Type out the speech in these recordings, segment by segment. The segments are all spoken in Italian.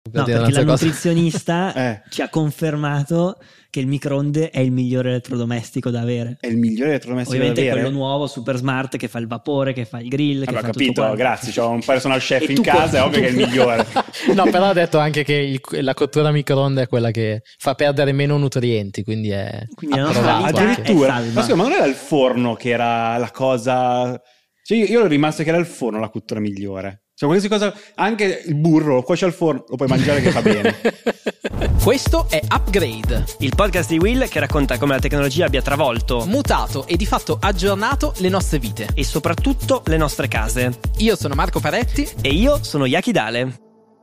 No, perché la nutrizionista ci ha confermato che il microonde è il migliore elettrodomestico da avere. È il migliore elettrodomestico ovviamente da avere? Quello nuovo, super smart, che fa il vapore, che fa il grill, che fa capito, tutto quanto. Grazie, c'ho un personal chef in casa, è ovvio che è il migliore. No, però ha detto anche che la cottura a microonde è quella che fa perdere meno nutrienti, quindi è addirittura. Ma non era il forno che era la cosa... Cioè io ero rimasto che era il forno la cottura migliore. Cioè qualsiasi cosa, anche il burro, lo cuoci al forno, lo puoi mangiare che va bene. Questo è Upgrade, il podcast di Will che racconta come la tecnologia abbia travolto, mutato e di fatto aggiornato le nostre vite e soprattutto le nostre case. Io sono Marco Paretti e io sono Yaki Dale.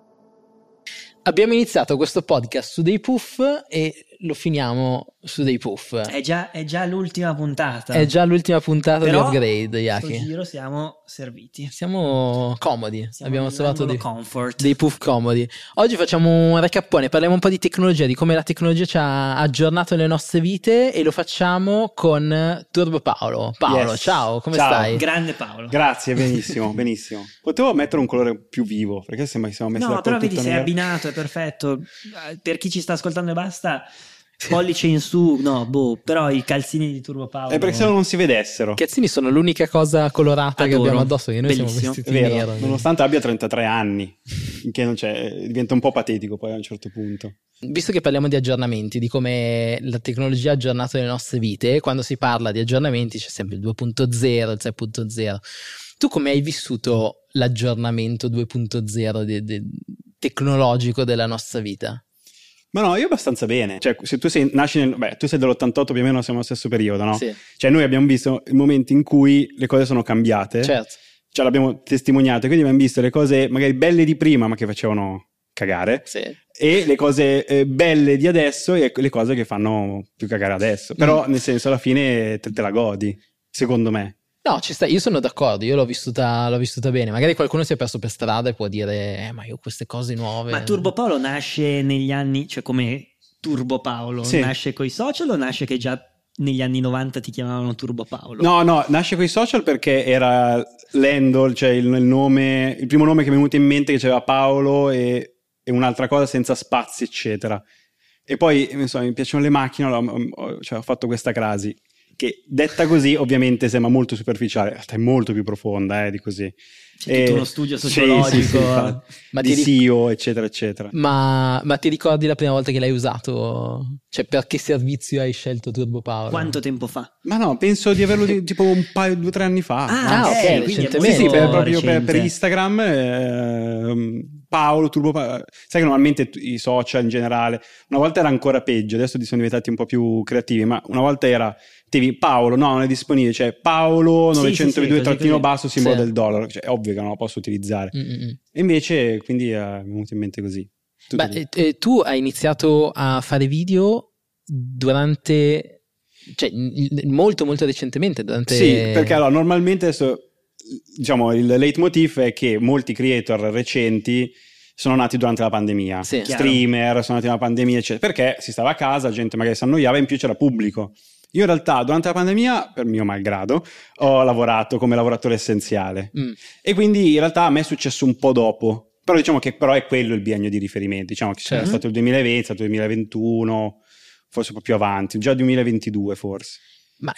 Abbiamo iniziato questo podcast su dei puff e lo finiamo su dei puff. È già l'ultima puntata. È già l'ultima puntata però, di Upgrade, Yaki. Questo giro siamo serviti. Siamo comodi. Abbiamo trovato comfort. Dei puff comodi. Oggi facciamo un recappone, parliamo un po' di tecnologia, di come la tecnologia ci ha aggiornato le nostre vite e lo facciamo con Turbo Paolo. Paolo, ciao, come stai? Grande Paolo. Grazie, benissimo, benissimo. Potevo mettere un colore più vivo, perché sembra che siamo messi No, però vedi, sei abbinato, è perfetto. Per chi ci sta ascoltando e basta... Pollice in su, però i calzini di Turbo Paolo. È perché se no non si vedessero. I calzini sono l'unica cosa colorata che abbiamo addosso, che noi bellissimo. Siamo vestiti in nero. Nonostante abbia 33 anni, che non c'è, diventa un po' patetico poi a un certo punto. Visto che parliamo di aggiornamenti, di come la tecnologia ha aggiornato le nostre vite, quando si parla di aggiornamenti c'è sempre il 2.0, il 6.0. Tu come hai vissuto l'aggiornamento 2.0 tecnologico della nostra vita? Ma no, io abbastanza bene. Cioè, se tu tu sei dell'88, più o meno siamo allo stesso periodo, no? Sì. Cioè, noi abbiamo visto il momento in cui le cose sono cambiate. Certo. Cioè, l'abbiamo testimoniato, quindi abbiamo visto le cose magari belle di prima, ma che facevano cagare. Sì. E le cose belle di adesso e le cose che fanno più cagare adesso. Però, nel senso, alla fine te la godi, secondo me. No, ci sta, io sono d'accordo, io l'ho vissuta bene. Magari qualcuno si è perso per strada e può dire ma io queste cose nuove. Ma Turbo Paolo nasce negli anni, cioè come Turbo Paolo, sì. Nasce coi social o nasce che già negli anni 90 ti chiamavano Turbo Paolo? No, nasce coi social perché era l'handle, cioè il nome, il primo nome che mi è venuto in mente, che c'era Paolo e un'altra cosa senza spazi eccetera. E poi insomma, mi piacciono le macchine, ho fatto questa crasi che detta così ovviamente sembra molto superficiale, in realtà è molto più profonda di così. C'è tutto uno studio sociologico di SEO eccetera eccetera. Ma ti ricordi la prima volta che l'hai usato? Cioè per che servizio hai scelto Turbo Paolo? Quanto tempo fa? Ma no, penso di averlo tipo un paio, 2 o 3 anni fa. Ok, recentemente. Sì, proprio per Instagram Paolo, Turbo Paolo. Sai che normalmente i social in generale, una volta era ancora peggio, adesso sono diventati un po' più creativi, ma una volta era Paolo, no, non è disponibile, cioè Paolo 922 trattino basso simbolo del dollaro, cioè è ovvio che non lo posso utilizzare. E invece quindi mi è venuto in mente così. Tu hai iniziato a fare video durante, cioè molto molto recentemente Sì, perché allora normalmente adesso diciamo il leitmotiv è che molti creator recenti sono nati durante la pandemia, streamer sono nati nella pandemia eccetera, perché si stava a casa, la gente magari si annoiava e in più c'era pubblico. Io in realtà durante la pandemia, per mio malgrado, ho lavorato come lavoratore essenziale e quindi in realtà a me è successo un po' dopo, però diciamo che però è quello il biennio di riferimento, diciamo che c'era stato il 2020, è stato il 2021, forse un po' più avanti, già 2022 forse. Ma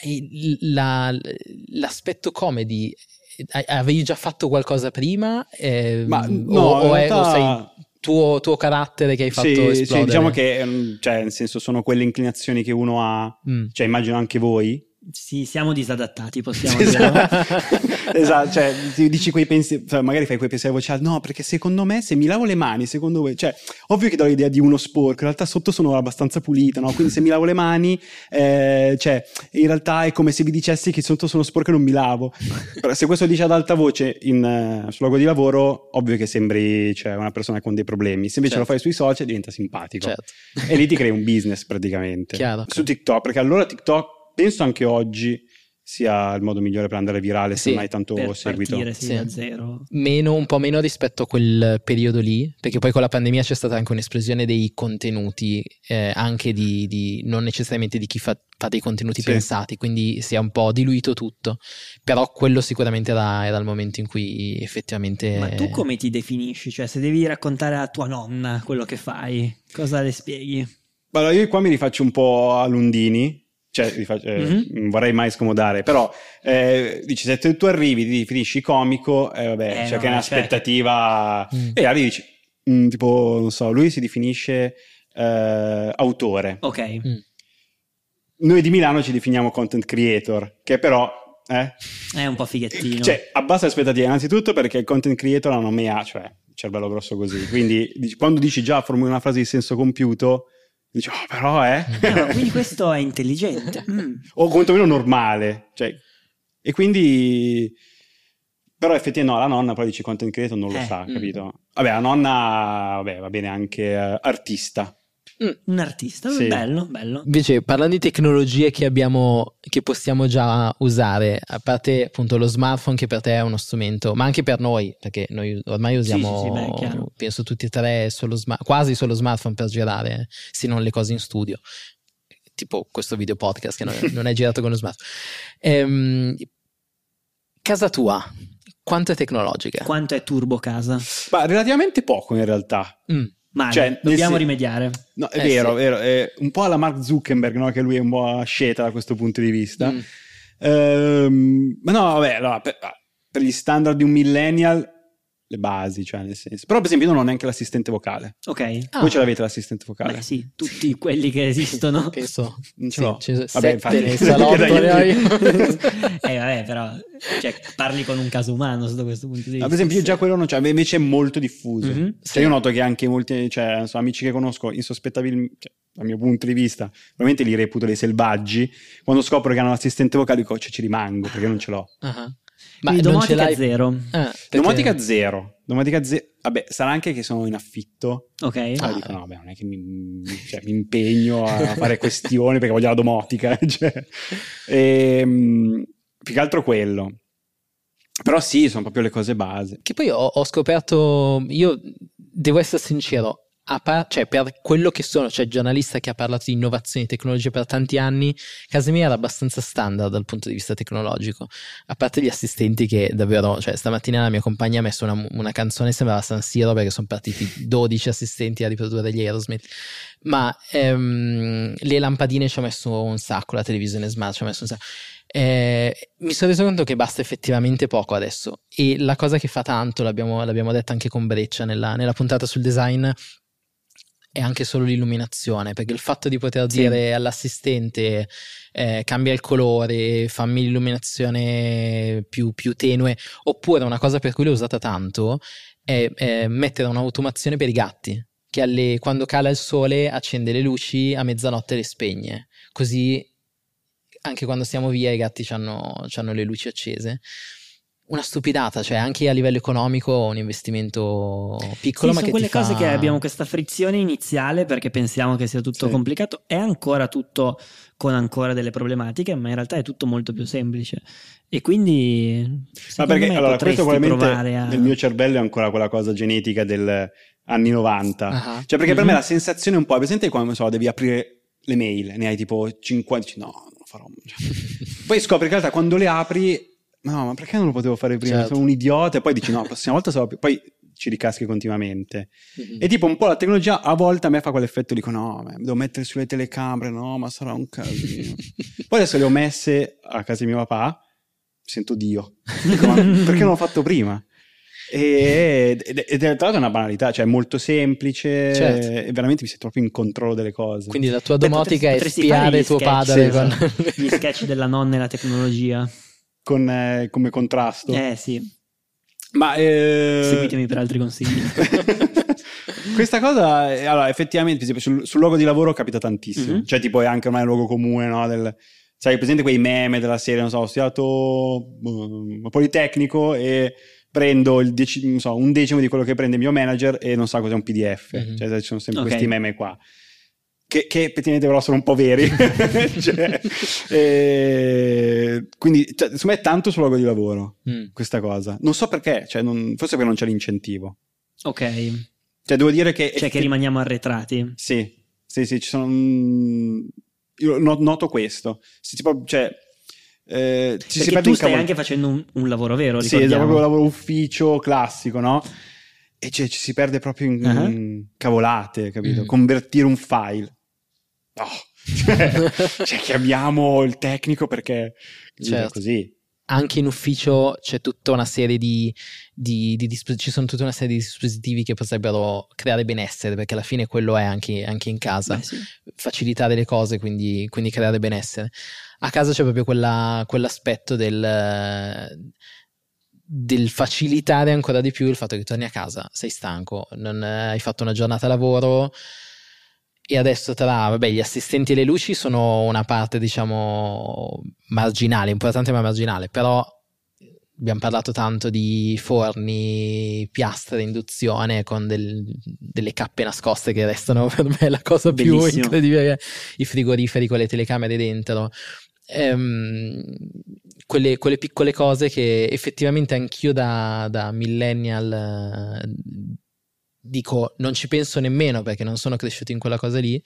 l'aspetto comedy, avevi già fatto qualcosa prima? Ma no, o sei tuo carattere che hai fatto esplodere? Sì, diciamo che cioè, nel senso sono quelle inclinazioni che uno ha, cioè immagino anche voi. Sì, siamo disadattati, possiamo dire. Esatto, cioè ti dici quei pensieri, cioè, magari fai quei pensieri vocali, no, perché secondo me se mi lavo le mani, secondo voi, cioè ovvio che do l'idea di uno sporco, in realtà sotto sono abbastanza pulita, no? Quindi se mi lavo le mani, cioè in realtà è come se vi dicessi che sotto sono sporco e non mi lavo. Però se questo dice ad alta voce sul luogo di lavoro, ovvio che sembri una persona con dei problemi, se invece lo fai sui social diventa simpatico, e lì ti crei un business praticamente. Chiaro. Su TikTok, perché allora TikTok penso anche oggi sia il modo migliore per andare virale se non hai tanto per seguito. Partire, da zero. Un po' meno rispetto a quel periodo lì, perché poi con la pandemia c'è stata anche un'esplosione dei contenuti, anche di non necessariamente di chi fa dei contenuti pensati, quindi si è un po' diluito tutto, però quello sicuramente era il momento in cui effettivamente... Ma tu come ti definisci? Cioè, se devi raccontare a tua nonna quello che fai, cosa le spieghi? Allora, io qua mi rifaccio un po' a Lundini, cioè non vorrei mai scomodare, però dici, se tu arrivi, ti definisci comico, vabbè, c'è che è un'aspettativa, e arrivi dici, tipo, non so, lui si definisce autore. Ok. Noi di Milano ci definiamo content creator, che però è un po' fighettino. Cioè, abbassa le aspettative, innanzitutto perché il content creator non mi ha, cioè, cervello grosso così, quindi quando dici già formuli una frase di senso compiuto, dici, però quindi questo è intelligente. O quantomeno normale, cioè, e quindi... Però effettivamente no, la nonna poi dici content creator non lo sa, capito? Vabbè, la nonna, va bene anche artista. Un artista, bello. Invece, parlando di tecnologie che possiamo già usare, a parte appunto lo smartphone, che per te è uno strumento, ma anche per noi, perché noi ormai usiamo, penso tutti e tre, quasi solo smartphone per girare, se non le cose in studio, tipo questo video podcast che non è girato con lo smartphone. Casa tua, quanto è tecnologica? Quanto è turbo casa? Ma relativamente poco in realtà. Ma dobbiamo rimediare. No, è vero, è un po' alla Mark Zuckerberg, no? Che lui è un po' asceta da questo punto di vista. Ma no, vabbè, allora, per gli standard di un millennial, le basi, cioè nel senso. Però per esempio io non ho neanche l'assistente vocale. Ok. Voi ce l'avete l'assistente vocale? Beh sì, tutti quelli che esistono. Penso. Non ce l'ho. Vabbè, infatti nel salotto. Vabbè, però cioè, parli con un caso umano sotto questo punto di vista. Per esempio io già quello non c'è, invece è molto diffuso. Cioè io noto che anche molti, cioè amici che conosco insospettabilmente, cioè, dal mio punto di vista, probabilmente li reputo dei selvaggi, quando scopro che hanno l'assistente vocale dico, ci rimango perché non ce l'ho. Ma domotica zero. Domotica zero. Vabbè, sarà anche che sono in affitto. Ok. Dico, no, vabbè, non è che mi impegno a fare questioni perché voglio la domotica. Cioè. Più che altro quello. Però sì, sono proprio le cose base. Che poi ho scoperto, io devo essere sincero, cioè per quello che sono, cioè giornalista che ha parlato di innovazione e tecnologia per tanti anni, casa mia era abbastanza standard dal punto di vista tecnologico, a parte gli assistenti che davvero, cioè stamattina la mia compagna ha messo una canzone, sembrava San Siro perché sono partiti 12 assistenti a riprodurre gli Aerosmith, ma le lampadine ci ho messo un sacco, la televisione smart ci ho messo un sacco. Mi sono reso conto che basta effettivamente poco adesso, e la cosa che fa tanto, l'abbiamo detto anche con Breccia nella puntata sul design, è anche solo l'illuminazione, perché il fatto di poter dire all'assistente cambia il colore, fammi l'illuminazione più tenue, oppure una cosa per cui l'ho usata tanto è mettere un'automazione per i gatti che quando cala il sole accende le luci, a mezzanotte le spegne, così anche quando stiamo via i gatti c'hanno le luci accese. Una stupidata, cioè anche a livello economico un investimento piccolo, ma sono che quelle cose che abbiamo questa frizione iniziale perché pensiamo che sia tutto complicato, è ancora tutto con ancora delle problematiche, ma in realtà è tutto molto più semplice, e quindi perché allora questo probabilmente nel mio cervello è ancora quella cosa genetica del anni 90, cioè perché per me la sensazione è un po', è presente quando devi aprire le mail, ne hai tipo 50, dici, no, non lo farò. Poi scopri che in realtà quando le apri, no, ma perché non lo potevo fare prima? Sono un idiota, e poi dici no, la prossima volta sarò più... Poi ci ricaschi continuamente. E tipo un po' la tecnologia a volte a me fa quell'effetto, dico no, devo mettere sulle telecamere, no, ma sarà un casino. Poi adesso le ho messe a casa di mio papà, sento Dio, dico, ma perché non l'ho fatto prima? Ed è tra l'altro una banalità, cioè è molto semplice, e veramente mi sento proprio in controllo delle cose. Quindi la tua domotica è spiare tuo padre con gli sketch della nonna e la tecnologia come contrasto. Sì. Ma seguitemi per altri consigli. Questa cosa allora effettivamente sul luogo di lavoro capita tantissimo, cioè tipo è anche ormai un luogo comune, no? Sai, presente quei meme della serie, non so, ho studiato Politecnico e prendo un decimo di quello che prende il mio manager e non sa cos'è un PDF, cioè ci sono sempre questi meme qua. che effettivamente però sono un po' veri. Cioè, quindi secondo me è tanto sul luogo di lavoro questa cosa. Non so perché, cioè, forse perché non c'è l'incentivo. Ok. Cioè devo dire che... Cioè che rimaniamo arretrati. Sì, ci sono... Io noto questo. Cioè... ci si perde tu stai anche facendo un lavoro vero, ricordiamo. Sì, è proprio un lavoro ufficio classico, no? E cioè, ci si perde proprio in cavolate, capito? Convertire un file. No, cioè chiamiamo il tecnico perché è così. Anche in ufficio c'è tutta una serie ci sono tutta una serie di dispositivi che potrebbero creare benessere, perché alla fine quello è anche in casa. Sì. Facilitare le cose, quindi creare benessere. A casa c'è proprio quell'aspetto del facilitare ancora di più il fatto che torni a casa, sei stanco, non hai fatto una giornata lavoro e adesso gli assistenti e le luci sono una parte diciamo marginale, importante ma marginale, però abbiamo parlato tanto di forni, piastre, induzione con delle cappe nascoste che restano per me la cosa bellissimo. Più incredibile, i frigoriferi con le telecamere dentro. Quelle piccole cose che effettivamente anch'io da millennial dico non ci penso nemmeno perché non sono cresciuto in quella cosa lì.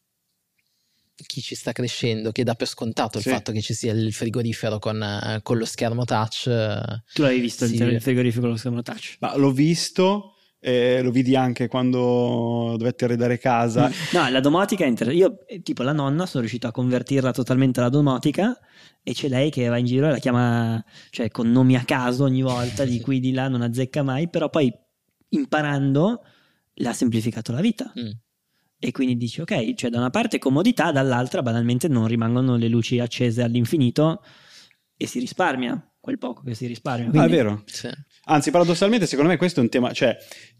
Chi ci sta crescendo che dà per scontato il fatto che ci sia il frigorifero con lo schermo touch. Tu l'avevi visto il frigorifero con lo schermo touch? Ma l'ho visto. Lo vidi anche quando dovette arredare casa. No, la domotica è interessante. Io tipo la nonna sono riuscito a convertirla totalmente alla domotica e c'è lei che va in giro e la chiama, cioè con nomi a caso ogni volta, di qui di là, non azzecca mai, però poi imparando l'ha semplificato la vita. E quindi dici ok, cioè da una parte comodità, dall'altra banalmente non rimangono le luci accese all'infinito e si risparmia quel poco che si risparmia. Quindi... è vero. Sì. Anzi, paradossalmente, secondo me questo è un tema, cioè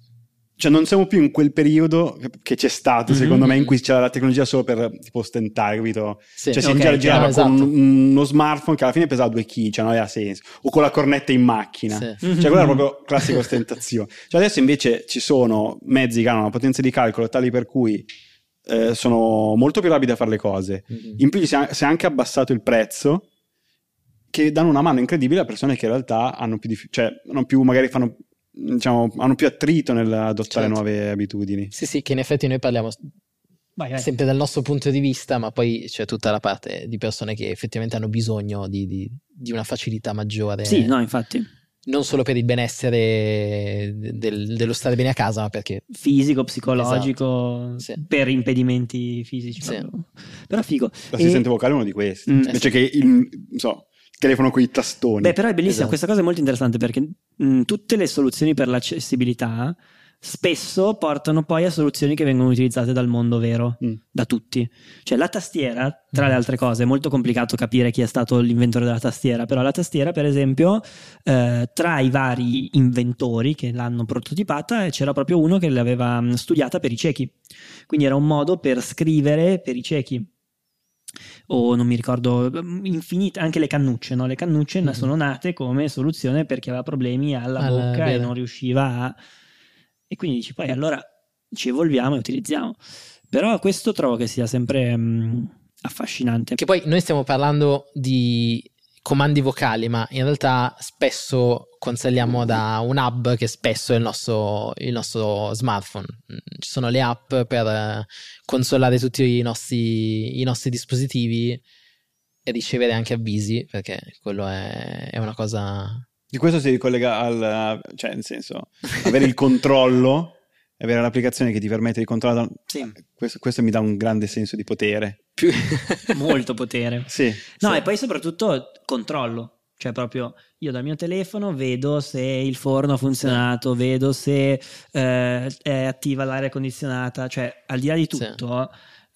non siamo più in quel periodo che c'è stato, secondo me, in cui c'era la tecnologia solo per tipo ostentare, capito? Sì. Cioè si girava con uno smartphone che alla fine pesava 2 kg, cioè non aveva senso, o con la cornetta in macchina, cioè quella era proprio classica ostentazione. Cioè adesso invece ci sono mezzi che hanno una potenza di calcolo tali per cui sono molto più rapidi a fare le cose. In più si è anche abbassato il prezzo, che danno una mano incredibile a persone che in realtà hanno più magari hanno più attrito nell'adottare nuove abitudini. Sì, che in effetti noi parliamo sempre dal nostro punto di vista, ma poi c'è tutta la parte di persone che effettivamente hanno bisogno di una facilità maggiore. Sì, no, infatti. Non solo per il benessere dello stare bene a casa, ma perché fisico, psicologico, per impedimenti fisici. Sì. Però figo. L'assistente vocale è uno di questi, invece che telefono con i tastoni. Beh, però è bellissima, questa cosa è molto interessante perché tutte le soluzioni per l'accessibilità spesso portano poi a soluzioni che vengono utilizzate dal mondo vero, da tutti. Cioè la tastiera, tra le altre cose, è molto complicato capire chi è stato l'inventore della tastiera, però la tastiera, per esempio, tra i vari inventori che l'hanno prototipata c'era proprio uno che l'aveva studiata per i ciechi, quindi era un modo per scrivere per i ciechi. O non mi ricordo, infinite, anche le cannucce, no? Le cannucce sono nate come soluzione per chi aveva problemi alla bocca e non riusciva a... E quindi dici poi allora ci evolviamo e utilizziamo. Però questo trovo che sia sempre affascinante. Che poi noi stiamo parlando di comandi vocali, ma in realtà spesso consigliamo da un hub che spesso è il nostro smartphone. Ci sono le app per consolare tutti i nostri dispositivi e ricevere anche avvisi, perché quello è una cosa... Di questo si ricollega cioè nel senso, avere il controllo, avere l'applicazione che ti permette di controllare. Sì. Questo mi dà un grande senso di potere. Molto potere. Sì. No, e poi soprattutto controllo. Cioè proprio io dal mio telefono vedo se il forno ha funzionato, vedo se è attiva l'aria condizionata. Cioè al di là di tutto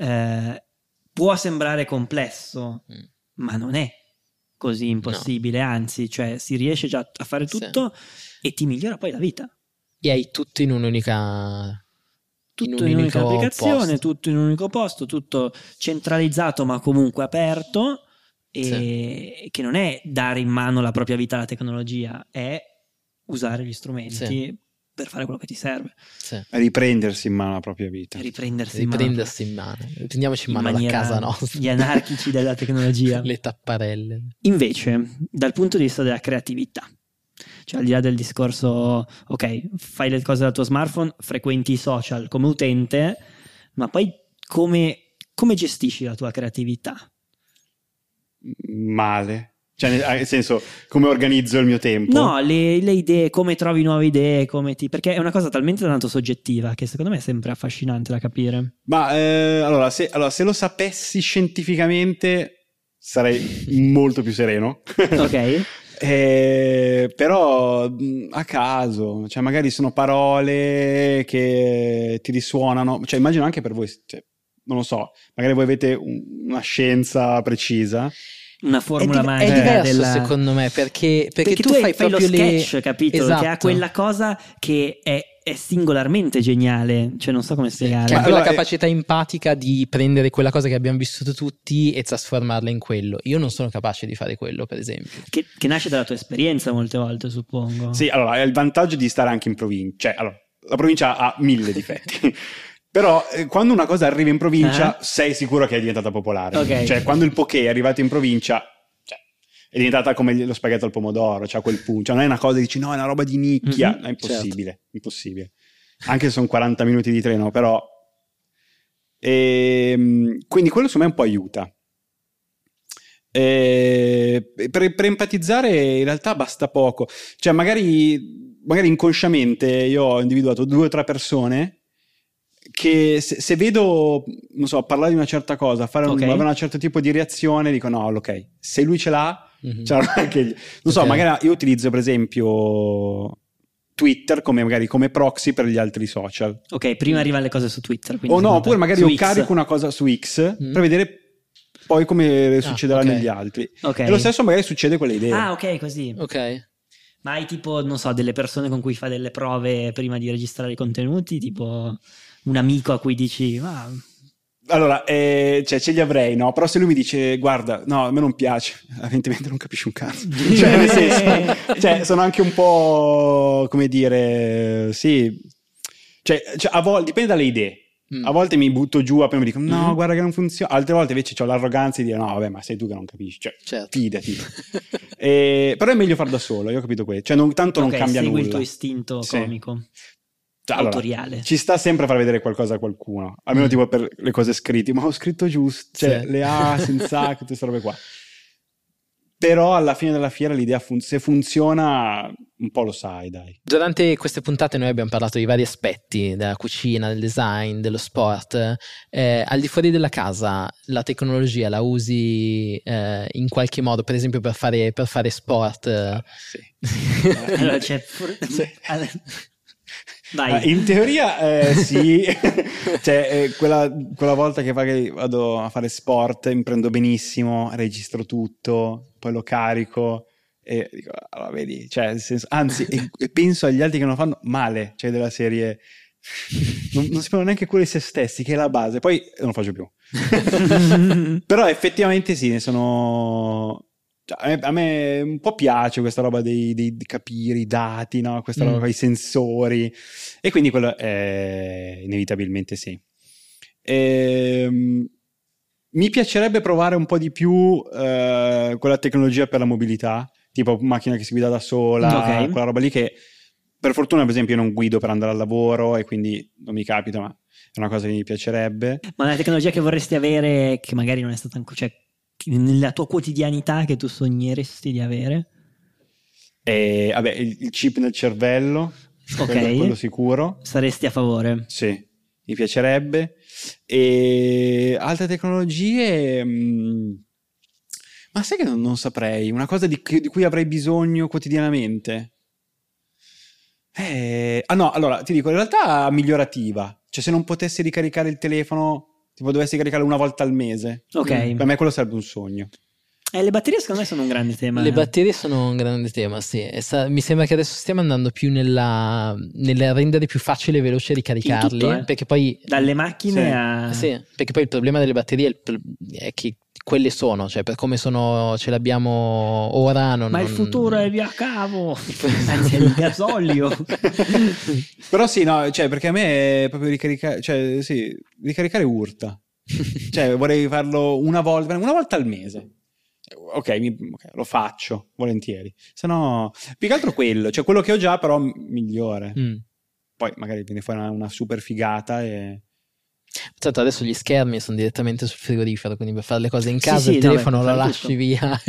può sembrare complesso, ma non è così impossibile, anzi, cioè si riesce già a fare tutto e ti migliora poi la vita. E hai tutto in un'unica applicazione, posto. tutto in un unico posto, tutto centralizzato ma comunque aperto, e che non è dare in mano la propria vita alla tecnologia, è usare gli strumenti per fare quello che ti serve. Sì. Riprendersi in mano la propria vita. Riprendersi in mano. Riprendiamoci in mano la casa nostra. Gli anarchici della tecnologia. Le tapparelle. Invece, dal punto di vista della creatività, cioè al di là del discorso, ok, fai le cose dal tuo smartphone, frequenti i social come utente, ma poi come gestisci la tua creatività? Male. Cioè, nel senso, come organizzo il mio tempo? No, le idee, come trovi nuove idee, perché è una cosa talmente tanto soggettiva che secondo me è sempre affascinante da capire. Ma allora, se lo sapessi scientificamente sarei molto più sereno. Ok. Però a caso, cioè magari sono parole che ti risuonano, cioè immagino anche per voi, cioè, non lo so, magari voi avete una scienza precisa, una formula magica. È diverso secondo me perché tu fai lo sketch, capito? Esatto. Che ha quella cosa che è singolarmente geniale, cioè non so come spiegare. Che ha quella capacità empatica di prendere quella cosa che abbiamo vissuto tutti e trasformarla in quello. Io non sono capace di fare quello, per esempio. Che nasce dalla tua esperienza molte volte, suppongo. Sì, allora è il vantaggio di stare anche in provincia. Cioè, allora, la provincia ha 1000 difetti. Però quando una cosa arriva in provincia sei sicuro che è diventata popolare. Okay. Cioè quando il poké è arrivato in provincia, cioè, è diventata come lo spaghetto al pomodoro, cioè quel punto. Cioè, non è una cosa che dici no, è una roba di nicchia. Mm-hmm, è impossibile, certo. Impossibile. Anche se sono 40 minuti di treno, però quindi quello secondo me un po' aiuta. Per empatizzare in realtà basta poco. Cioè magari inconsciamente io ho individuato 2 o 3 persone che se vedo, non so, parlare di una certa cosa, avere un certo tipo di reazione, dico no, ok, se lui ce l'ha, cioè, anche, non so, magari io utilizzo per esempio Twitter come proxy per gli altri social. Ok, prima arrivano le cose su Twitter. Oppure magari io carico una cosa su X per vedere poi come succederà negli altri. E lo stesso magari succede con le idee. Ah, ok, così. Ok. Ma hai tipo, non so, delle persone con cui fai delle prove prima di registrare i contenuti, tipo un amico a cui dici allora cioè ce li avrei, no? Però se lui mi dice guarda, no, a me non piace, evidentemente non capisci un cazzo. Cioè nel senso, cioè sono anche un po', come dire, sì, cioè a volte dipende dalle idee. A volte mi butto giù appena mi dicono no, guarda che non funziona, altre volte invece ho l'arroganza di dire no, vabbè, ma sei tu che non capisci, cioè certo. Fidati. Però è meglio far da solo, io ho capito questo, cioè non cambia nulla. Segui il tuo istinto comico. Cioè, autoriale. Allora, ci sta sempre a far vedere qualcosa a qualcuno, almeno tipo per le cose scritte, ma ho scritto giusto, cioè le A senza tutte queste robe qua. Però alla fine della fiera l'idea se funziona un po' lo sai, dai. Durante queste puntate noi abbiamo parlato di vari aspetti della cucina, del design, dello sport. Al di fuori della casa la tecnologia la usi in qualche modo, per esempio per fare sport? Sì. Allora, sì. Vai. In teoria sì, cioè quella volta che vado a fare sport mi prendo benissimo, registro tutto, poi lo carico e dico, allora vedi, cioè nel senso, anzi e penso agli altri che non lo fanno male, cioè della serie non si fanno neanche cura di se stessi, che è la base, poi non lo faccio più. Però effettivamente sì, ne sono... A me un po' piace questa roba di capire i dati, no? Questa roba con i sensori, e quindi quello è inevitabilmente sì. Mi piacerebbe provare un po' di più quella tecnologia per la mobilità, tipo macchina che si guida da sola, quella roba lì che per fortuna per esempio io non guido per andare al lavoro e quindi non mi capita, ma è una cosa che mi piacerebbe. Ma una tecnologia che vorresti avere che magari non è stata ancora... Cioè, nella tua quotidianità che tu sogneresti di avere? Vabbè, il chip nel cervello, quello sicuro. Saresti a favore? Sì, mi piacerebbe. E altre tecnologie, ma sai che non saprei, una cosa di cui avrei bisogno quotidianamente. No, allora ti dico, in realtà migliorativa, cioè se non potessi ricaricare il telefono, tipo dovessi caricarlo una volta al mese, per me quello sarebbe un sogno. Le batterie secondo me sono un grande tema. Le batterie sono un grande tema, sì. Mi sembra che adesso stiamo andando più nel rendere più facile e veloce ricaricarli, tutto, perché poi dalle macchine a... Sì, perché poi il problema delle batterie è che quelle sono, cioè per come sono, ce l'abbiamo ora Ma il futuro è via cavo, anzi è il gasolio. Però sì, no, cioè perché a me è proprio ricaricare, cioè sì, ricaricare urta. Cioè vorrei farlo una volta al mese. Ok, lo faccio volentieri. Se no, più che altro quello, cioè quello che ho già però migliore. Poi magari viene fuori una super figata e... Certo, adesso gli schermi sono direttamente sul frigorifero, quindi per fare le cose in casa il telefono lo lasci via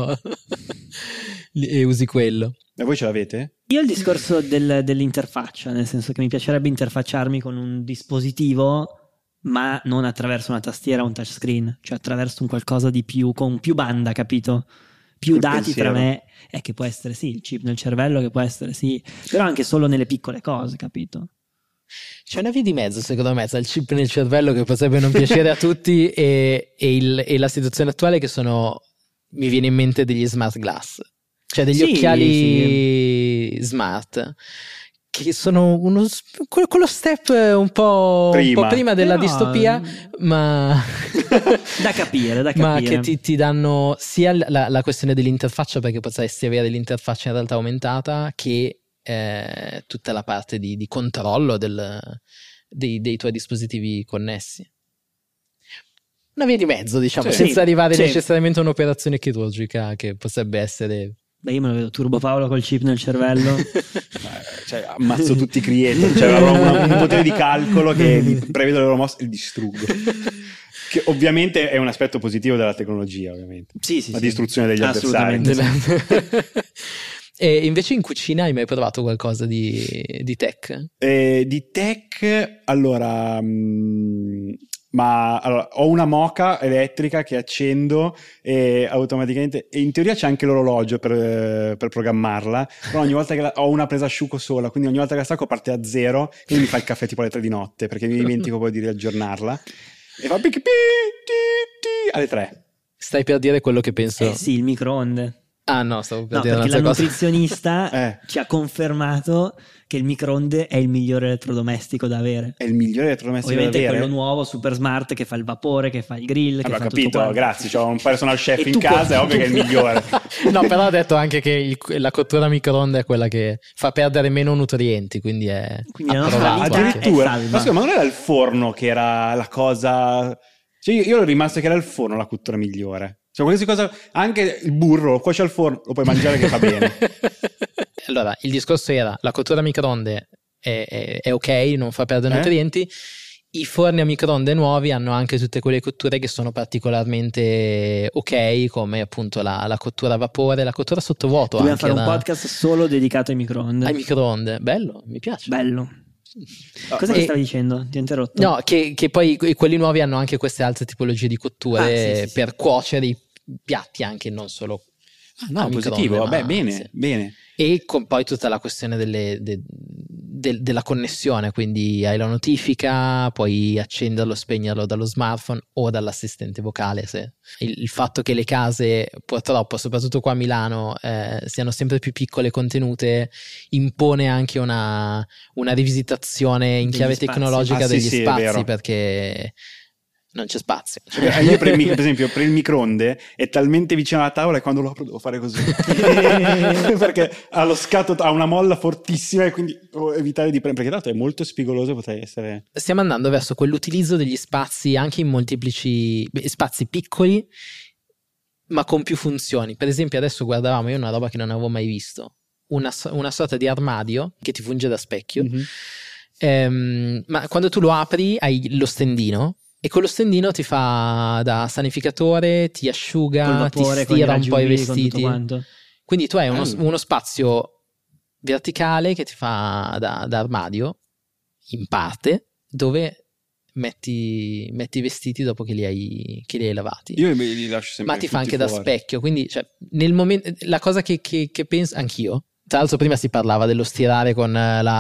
e usi quello. E voi ce l'avete? Io il discorso dell'interfaccia, nel senso che mi piacerebbe interfacciarmi con un dispositivo, ma non attraverso una tastiera o un touchscreen, cioè attraverso un qualcosa di più, con più banda, capito? Più Col dati pensiero. tra me, che può essere sì il chip nel cervello, che può essere sì, però anche solo nelle piccole cose, capito? C'è una via di mezzo secondo me tra il chip nel cervello che potrebbe non piacere a tutti e la situazione attuale che sono, mi viene in mente degli smart glass, cioè degli occhiali smart che sono quello step un po' prima della distopia, ma da capire ma che ti danno sia la questione dell'interfaccia, perché potresti avere l'interfaccia in realtà aumentata, che tutta la parte di controllo dei tuoi dispositivi connessi. Una via di mezzo, diciamo, senza arrivare necessariamente a un'operazione chirurgica che potrebbe essere... Beh, io me lo vedo Turbo Paolo col chip nel cervello. Cioè, ammazzo tutti i creator, cioè avrò un potere di calcolo che prevedo le loro mosse e li distruggo. Che ovviamente è un aspetto positivo della tecnologia, ovviamente. Sì, la distruzione degli avversari. E invece in cucina hai mai provato qualcosa di tech? Di tech, allora... allora, ho una moka elettrica che accendo e automaticamente, e in teoria c'è anche l'orologio per programmarla, però ogni volta che ho una presa asciugo sola, quindi ogni volta che la stacco parte a zero, quindi mi fa il caffè tipo alle 3 di notte perché mi dimentico poi di riaggiornarla e fa alle 3. Stai per dire quello che penso? Sì, il microonde. Ah no, stavo per dire perché la cosa. nutrizionista ci ha confermato che il microonde è il migliore elettrodomestico da avere. È il migliore elettrodomestico ovviamente da avere? Ovviamente quello nuovo, super smart, che fa il vapore, che fa il grill, che fa capito, tutto quanto. Grazie, ho un personal chef in casa, è ovvio che è il migliore. No, però ha detto anche che la cottura a microonde è quella che fa perdere meno nutrienti, quindi è addirittura. Ma non era il forno che era la cosa... Cioè io ero rimasto che era il forno la cottura migliore. Cioè qualsiasi cosa, anche il burro, cuoci al forno, lo puoi mangiare che fa bene. Allora, il discorso era, la cottura a microonde è ok, non fa perdere nutrienti. I forni a microonde nuovi hanno anche tutte quelle cotture che sono particolarmente ok, come appunto la cottura a vapore, la cottura sottovuoto. Dobbiamo fare un podcast solo dedicato ai microonde. Ai microonde, bello, mi piace. Bello. Cosa stavi dicendo? Ti ho interrotto? No, che poi quelli nuovi hanno anche queste altre tipologie di cotture per cuocere i piatti, anche non solo positivo, vabbè, bene, bene. E con poi tutta la questione della connessione, quindi hai la notifica, puoi accenderlo, spegnerlo dallo smartphone o dall'assistente vocale. Il fatto che le case purtroppo, soprattutto qua a Milano, siano sempre più piccole e contenute, impone anche una rivisitazione in chiave tecnologica degli spazi, perché non c'è spazio. Io per esempio per il microonde è talmente vicino alla tavola e quando lo apro devo fare così perché ha lo scatto, ha una molla fortissima e quindi devo evitare di prendere, perché tanto è molto spigoloso, potrei essere... Stiamo andando verso quell'utilizzo degli spazi anche in molteplici spazi piccoli ma con più funzioni. Per esempio adesso guardavamo, io una roba che non avevo mai visto, una sorta di armadio che ti funge da specchio, ma quando tu lo apri hai lo stendino e con lo stendino ti fa da sanificatore, ti asciuga, vapore, ti stira un po' i vestiti. Quindi tu hai uno spazio verticale che ti fa da armadio, in parte, dove metti i vestiti dopo che li hai lavati. Io li lascio sempre. Ma ti fa anche fuori da specchio. Quindi, cioè, nel momento, la cosa che penso anch'io, Tra l'altro prima si parlava dello stirare con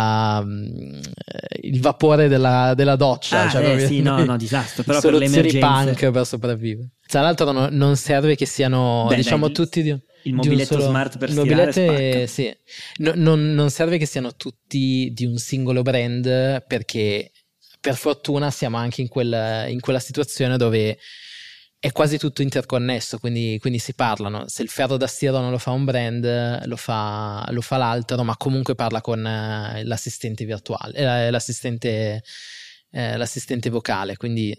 il vapore della doccia. Sì, no, disastro. Però per le emergenze. Punk per sopravvivere. Tra l'altro non serve che siano, tutti il mobiletto smart per stirare sì. Non serve che siano tutti di un singolo brand, perché per fortuna siamo anche in quella situazione dove è quasi tutto interconnesso, quindi si parlano. Se il ferro da stiro non lo fa un brand, lo fa l'altro, ma comunque parla con l'assistente virtuale, l'assistente vocale. Quindi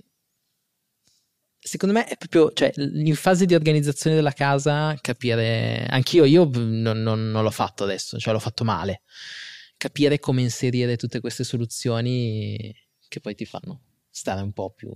secondo me è proprio, cioè, in fase di organizzazione della casa, capire, anch'io non l'ho fatto adesso, cioè l'ho fatto male, capire come inserire tutte queste soluzioni che poi ti fanno stare un po' più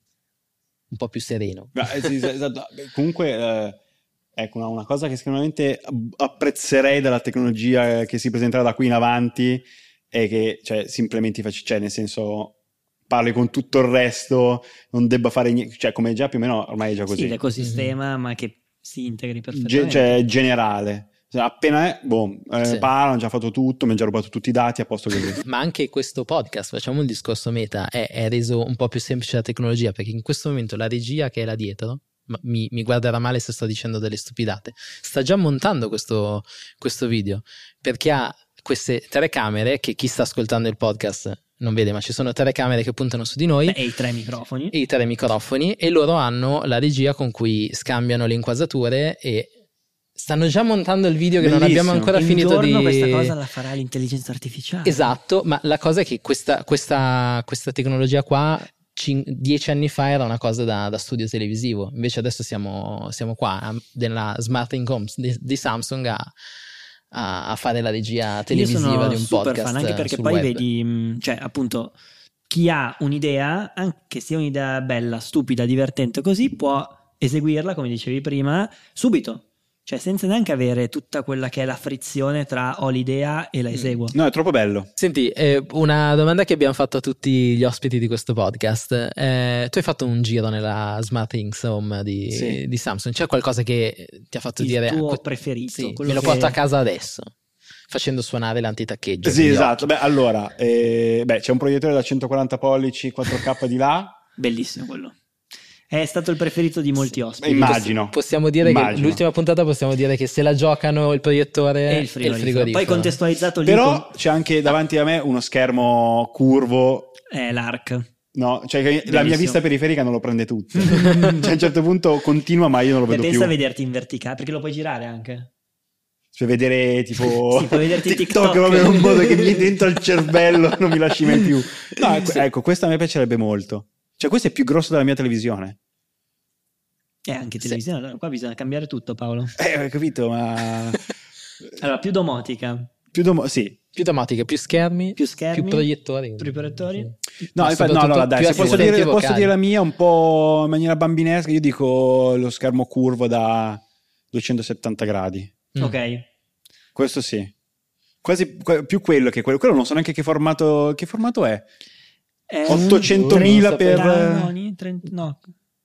sereno. Sì, esatto. Comunque ecco, una cosa che sicuramente apprezzerei dalla tecnologia che si presenterà da qui in avanti è che, cioè, si implementi cioè, nel senso, parli con tutto il resto, non debba fare niente, cioè come già più o meno ormai è già così. Sì, l'ecosistema, ma che si integri perfettamente. Cioè generale. Appena parlano, hanno già fatto tutto, mi hanno già rubato tutti i dati, a posto così. Ma anche questo podcast, facciamo un discorso meta, è reso un po' più semplice la tecnologia, perché in questo momento la regia che è là dietro, mi guarderà male se sto dicendo delle stupidate, sta già montando questo video, perché ha queste telecamere che chi sta ascoltando il podcast non vede, ma ci sono telecamere che puntano su di noi e i tre microfoni, e loro hanno la regia con cui scambiano le inquadrature e stanno già montando il video che Bellissimo. Non abbiamo ancora finito di... questa cosa la farà l'intelligenza artificiale. Esatto, ma la cosa è che questa tecnologia qua 10 anni fa era una cosa da studio televisivo, invece adesso siamo qua nella Smart Home di Samsung a fare la regia televisiva di un podcast. Fan, anche perché poi web. Vedi, cioè appunto, chi ha un'idea, anche se è un'idea bella, stupida, divertente così, può eseguirla, come dicevi prima, subito. Cioè senza neanche avere tutta quella che è la frizione tra ho l'idea e la eseguo. No, è troppo bello. Senti, una domanda che abbiamo fatto a tutti gli ospiti di questo podcast. Tu hai fatto un giro nella Smart Things Home di Samsung. C'è qualcosa che ti ha fatto dire il tuo preferito? Sì, me lo porto a casa adesso, facendo suonare l'antitaccheggio. Sì, esatto. Beh, allora, c'è un proiettore da 140 pollici 4K di là. Bellissimo quello. È stato il preferito di molti ospiti. Immagino. Possiamo dire che l'ultima puntata possiamo dire che se la giocano il proiettore e il frigorifero. Poi contestualizzato lì. Però c'è anche davanti a me uno schermo curvo. È l'ARC. No, cioè bellissimo. La mia vista periferica non lo prende tutto. Cioè a un certo punto continua, ma io non lo vedo più. Pensa a vederti in verticale, perché lo puoi girare anche. Cioè vedere tipo sì, puoi vederti TikTok proprio in un modo che mi dentro il cervello non mi lasci mai più. No, ecco, questo a me piacerebbe molto. Cioè questo è più grosso della mia televisione. Anche televisione, sì. Qua bisogna cambiare tutto, Paolo. Ho capito, ma... Allora, più domotica. Sì. Più domotica, più schermi, più proiettori. No, allora dai, se posso dire la mia un po' in maniera bambinesca, io dico lo schermo curvo da 270 gradi. Ok. Questo sì. Quasi più quello che quello non so neanche che formato è. 800.000 per... No.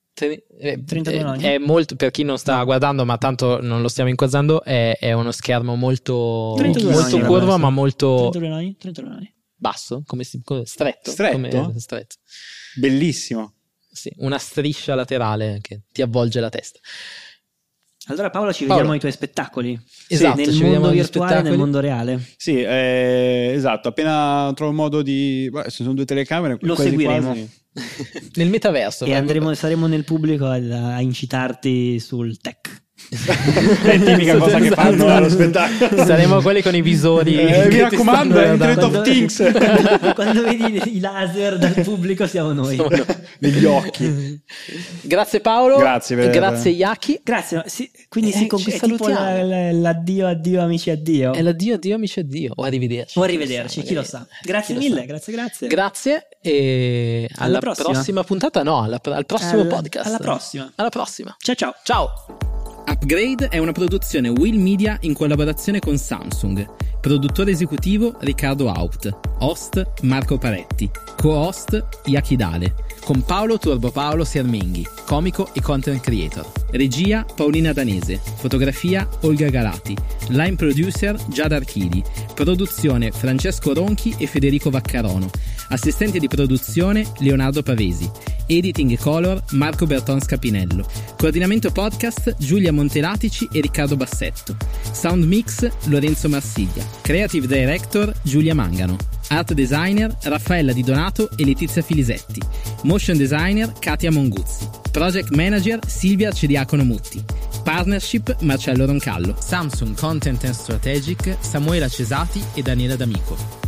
32 noni. È molto, per chi non sta guardando, ma tanto non lo stiamo inquadrando, è uno schermo molto curvo, ma molto 32 noni. Basso, stretto. Stretto? Bellissimo. Sì, una striscia laterale che ti avvolge la testa. Allora Paolo, ci vediamo ai tuoi spettacoli. Esatto, nel mondo virtuale e nel mondo reale. Sì, esatto, appena trovo il modo di... se sono 2 telecamere... Lo seguiremo. Nel metaverso. E saremo nel pubblico a incitarti sul tech. È tipica cosa che fanno allo spettacolo. Saremo quelli con i visori. Mi raccomando, è Internet of Things. Quando vedi i laser dal pubblico siamo noi. Negli occhi. Grazie Paolo. Grazie Yaki. Grazie. Quindi si conquista tipo l'addio amici addio. È l'addio amici addio. O arrivederci. Chi lo sa. Grazie mille. Grazie e alla prossima puntata. No, al prossimo podcast. Alla prossima. Ciao. Upgrade è una produzione Will Media in collaborazione con Samsung. Produttore esecutivo Riccardo Haupt. Host Marco Paretti. Co-host Yakidale. Con Paolo Turbo Paolo Sermenghi, comico e content creator. Regia Paolina Danese. Fotografia Olga Galati. Line producer Giada Archidi. Produzione Francesco Ronchi e Federico Vaccarono. Assistente di produzione Leonardo Pavesi. Editing e color Marco Berton Scapinello. Coordinamento podcast Giulia Montelatici e Riccardo Bassetto. Sound mix Lorenzo Marsiglia. Creative director Giulia Mangano. Art designer Raffaella Di Donato e Letizia Filisetti. Motion designer Katia Monguzzi. Project manager Silvia Cediacono Mutti. Partnership Marcello Roncallo. Samsung Content and Strategic Samuela Cesati e Daniela D'Amico.